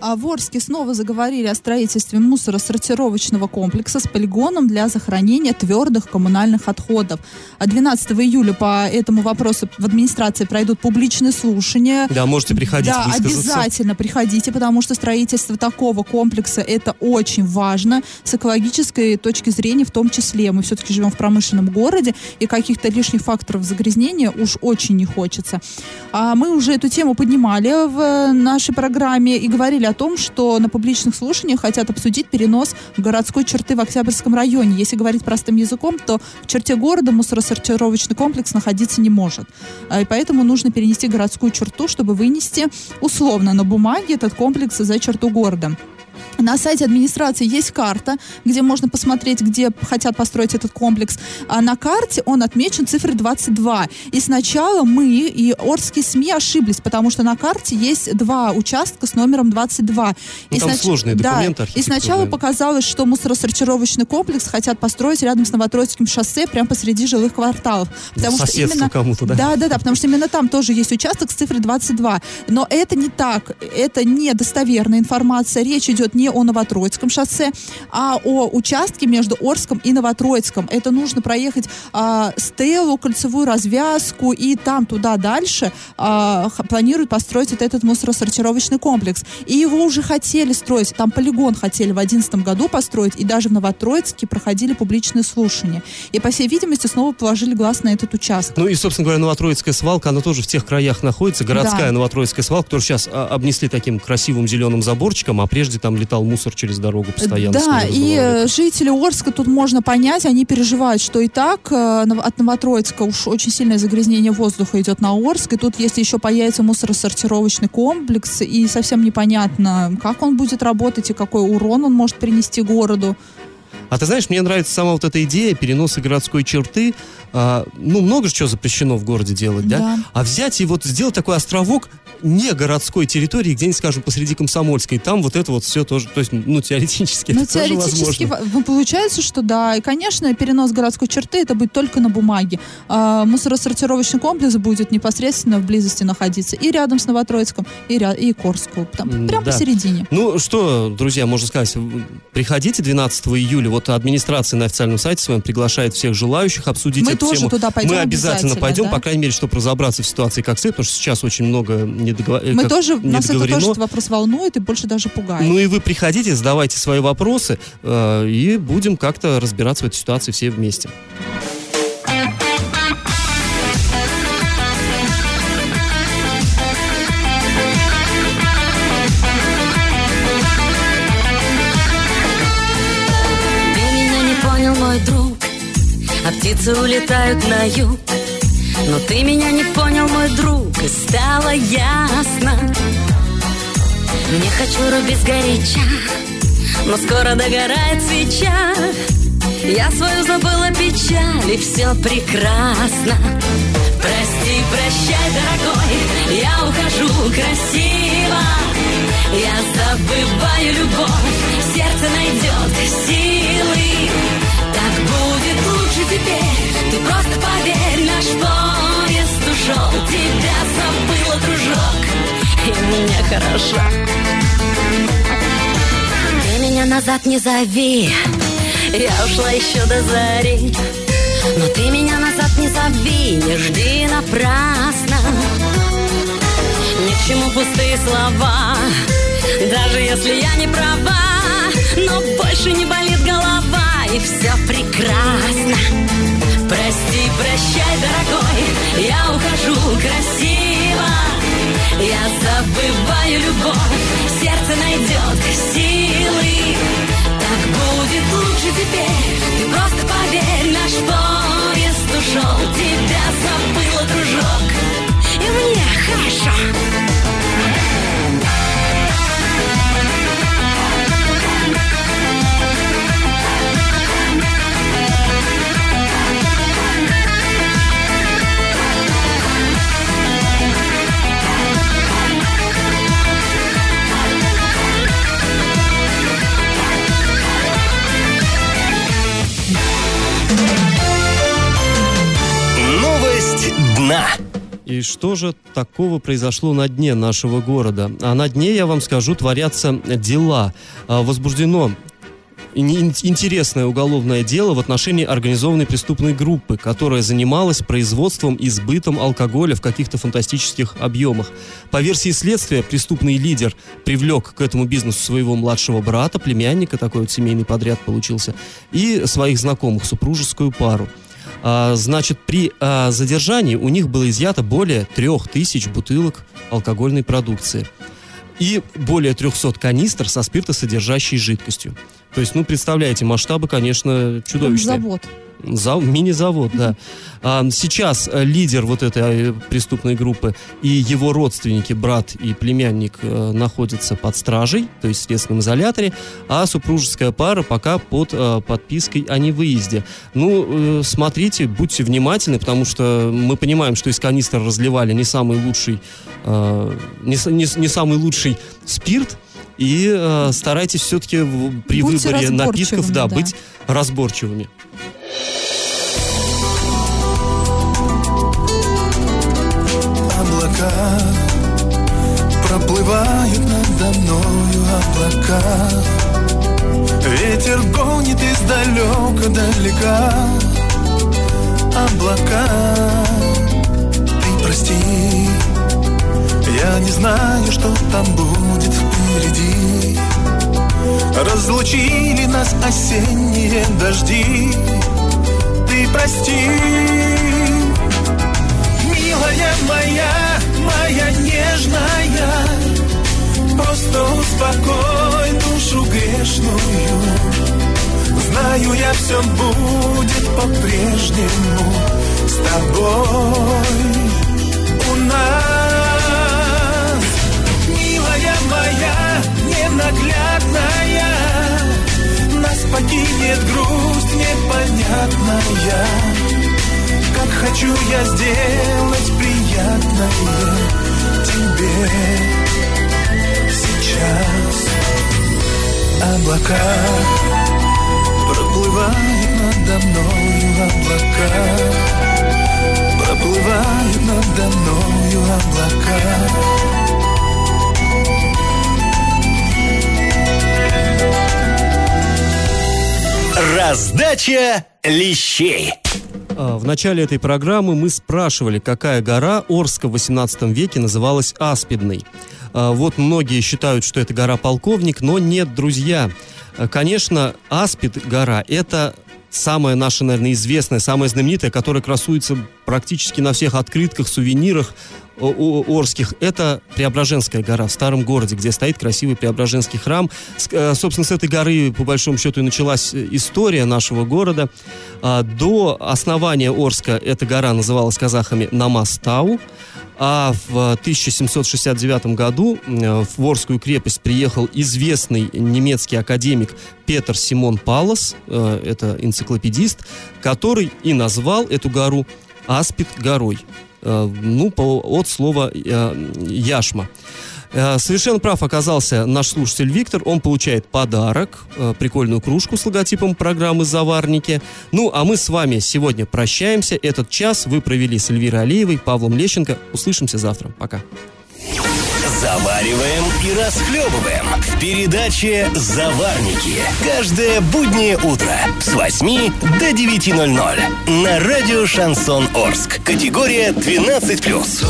А в Орске снова заговорили о строительстве мусоросортировочного комплекса с полигоном для захоронения твердых коммунальных отходов. двенадцатого июля по этому вопросу в администрации пройдут публичные слушания.
Да, можете приходить,
да,
высказаться.
Обязательно приходите, потому что строительство такого комплекса — это очень важно с экологической точки зрения в том числе. Мы все-таки живем в промышленном городе, и каких-то лишних факторов загрязнения уж очень не хочется. А мы уже эту тему поднимали в нашей программе и говорили о том, что на публичных слушаниях хотят обсудить перенос городской черты в Октябрьском районе. Если говорить простым языком, то в черте города мусоросортировочный комплекс находиться не может. И поэтому нужно перенести городскую черту, чтобы вынести условно на бумаге этот комплекс за черту города. На сайте администрации есть карта, где можно посмотреть, где хотят построить этот комплекс. А на карте он отмечен цифрой двадцать два. И сначала мы и орские СМИ ошиблись, потому что на карте есть два участка с номером двадцать два.
Ну,
и
там
снач...
сложные документы,
да. И сначала показалось, что мусоросортировочный комплекс хотят построить рядом с Новотроицким шоссе, прямо посреди жилых кварталов. Потому
Соседство
что именно...
кому-то, да?
Да, да, да, потому что именно там тоже есть участок с цифрой двадцать два. Но это не так, это не достоверная информация. Речь идет не о Новотроицком шоссе, а о участке между Орском и Новотроицком. Это нужно проехать а, Стеллу, кольцевую развязку, и там туда дальше а, планируют построить вот этот мусоросортировочный комплекс. И его уже хотели строить, там полигон хотели в две тысячи одиннадцатом году построить, и даже в Новотроицке проходили публичные слушания. И, по всей видимости, снова положили глаз на этот участок.
Ну и, собственно говоря, Новотроицкая свалка, она тоже в тех краях находится, городская
да.
Новотроицкая свалка, которую сейчас а, обнесли таким красивым зеленым заборчиком, а прежде там летал мусор через дорогу постоянно.
Да, и э, жители Орска тут можно понять, они переживают, что и так э, от Новотроицка уж очень сильное загрязнение воздуха идет на Орск, и тут если еще появится мусоросортировочный комплекс, и совсем непонятно, как он будет работать и какой урон он может принести городу.
А ты знаешь, мне нравится сама вот эта идея переноса городской черты. А, ну, много же чего запрещено в городе делать, да?
Да.
А взять и вот сделать такой островок не городской территории, где-нибудь, скажем, посреди Комсомольской. Там вот это вот все тоже, то есть, ну, теоретически
ну,
это тоже
теоретически
возможно.
Получается, что да. И, конечно, перенос городской черты это будет только на бумаге. А, мусоросортировочный комплекс будет непосредственно в близости находиться и рядом с Новотроицком, и, ря- и Корску. Там, прямо
да.
посередине.
Ну, что, друзья, можно сказать, приходите двенадцатого июля. Вот администрация на официальном сайте с вами приглашает всех желающих обсудить
Мы
эту
тоже
тему.
туда пойдем.
Мы обязательно,
обязательно
пойдем,
да?
по крайней мере, чтобы разобраться в ситуации как следует, потому что сейчас очень много недоговорено.
Мы тоже, нас это тоже этот вопрос волнует и больше даже пугает.
Ну и вы приходите, задавайте свои вопросы, э, и будем как-то разбираться в этой ситуации все вместе.
Ты меня не понял, мой друг, а птицы улетают на юг. Но ты меня не понял, мой друг, и стало ясно. Не хочу рубить сгоряча, но скоро догорает свеча. Я свою забыла печаль, и все прекрасно. Прости, прощай, дорогой, я ухожу красиво. Я забываю любовь, сердце найдет силы. Так будет лучше теперь, ты просто поверь, наш поезд ушел. Тебя забыла, дружок, и мне хорошо. Ты меня назад не зови, я ушла еще до зари. Но ты меня назад не зови, не жди напрасно. Ни к чему пустые слова, даже если я не права. Но больше не болит голова, и все прекрасно. Прости, прощай, дорогой, я ухожу красиво. Я забываю любовь, сердце найдет силы. Так будет лучше теперь, ты просто поверь, наш поезд ушел. Тебя забыла, дружок, и мне хорошо.
И что же такого произошло на дне нашего города? А на дне, я вам скажу, творятся дела. Возбуждено интересное уголовное дело в отношении организованной преступной группы, которая занималась производством и сбытом алкоголя в каких-то фантастических объемах. По версии следствия, преступный лидер привлек к этому бизнесу своего младшего брата, племянника, такой вот семейный подряд получился, и своих знакомых, супружескую пару. А, значит, при а, задержании у них было изъято более трех тысяч бутылок алкогольной продукции и более трехсот канистр со спиртосодержащей жидкостью. То есть, ну, представляете, масштабы, конечно, чудовищные.
Завод.
За, мини-завод, да. А, сейчас лидер вот этой преступной группы и его родственники, брат и племянник, э, находятся под стражей, то есть в следственном изоляторе, а супружеская пара пока под э, подпиской о невыезде. Ну, э, смотрите, будьте внимательны, потому что мы понимаем, что из канистр разливали не самый лучший, э, не, не, не самый лучший спирт, и э, старайтесь все-таки при
Будьте
выборе напитков, да,
да.
быть разборчивыми.
Облака проплывают надо мною, облака. Ветер гонит издалека далека. Облака, ты прости, я не знаю, что там будет впереди. Разлучили нас осенние дожди. Ты прости, милая моя, моя нежная, просто успокой душу грешную. Знаю я, все будет по-прежнему с тобой у нас. Милая моя, ненаглядная, нас покинет грусть непонятная. Как хочу я сделать приятное тебе сейчас. Облака проплывают надо мною, облака проплывают надо мною, облака.
Раздача лещей.
В начале этой программы мы спрашивали, какая гора Орска в восемнадцатом веке называлась Аспидной. Вот многие считают, что это гора Полковник, но нет, друзья. Конечно, Аспид гора – это самая наша, наверное, известная, самая знаменитая, которая красуется практически на всех открытках, сувенирах орских. Это Преображенская гора в старом городе, где стоит красивый Преображенский храм. Собственно, с этой горы, по большому счету, и началась история нашего города. До основания Орска эта гора называлась казахами Намастау. А в тысяча семьсот шестьдесят девятом году в Орскую крепость приехал известный немецкий академик Петр Симон Паллас, это энциклопедист, который и назвал эту гору Аспид горой. Ну, по, от слова яшма. Совершенно прав оказался наш слушатель Виктор. Он получает подарок, прикольную кружку с логотипом программы «Заварники». Ну, а мы с вами сегодня прощаемся. Этот час вы провели с Эльвирой Алиевой, Павлом Лещенко. Услышимся завтра. Пока.
Завариваем и расхлебываем в передаче «Заварники». Каждое буднее утро с восьми до девяти ноль-ноль на радио «Шансон Орск». Категория двенадцать плюс.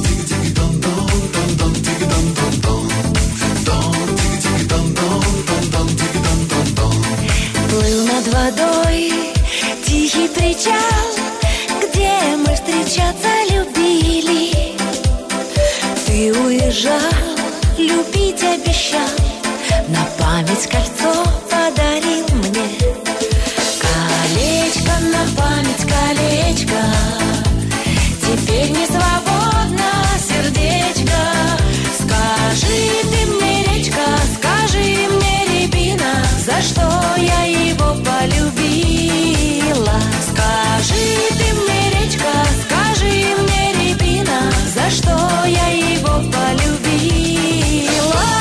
Плыл над водой тихий причал, где мы встречаться любили. Ты уезжал, любить обещал, на память кольцо подарил мне. Колечко на память, колечко, теперь не свободно сердечко. Скажи ты мне, речка, скажи мне, рябина, за что я его полюбила. Скажи ты мне, речка, скажи мне, рябина, за что я его полюбила.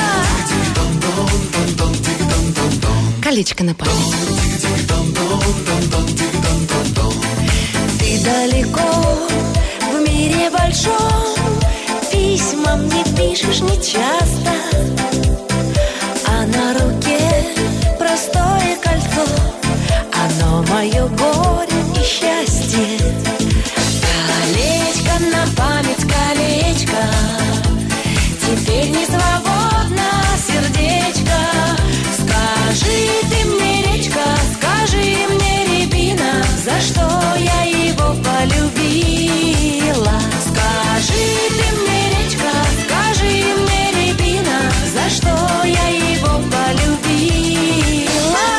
Колечко на память. Ты далеко в мире мире большом письма мне пишешь нечасто, а на руке простое кольцо, оно мое горе и счастье. Колечко на память, колечко, теперь не свободно сердечко. Скажи ты мне, речка, скажи мне, рябина, за что я его полюбила. Скажи ты мне, речка, скажи мне, рябина, за что я его полюбила.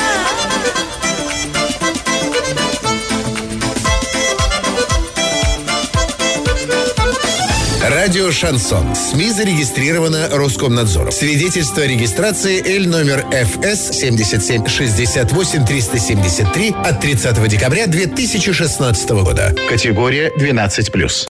Радио «Шансон». СМИ зарегистрировано Роскомнадзором. Свидетельство о регистрации Л номер Ф С семьдесят семь шестьдесят восемь триста семьдесят три от тридцатого декабря две тысячи шестнадцатого года. Категория двенадцать плюс.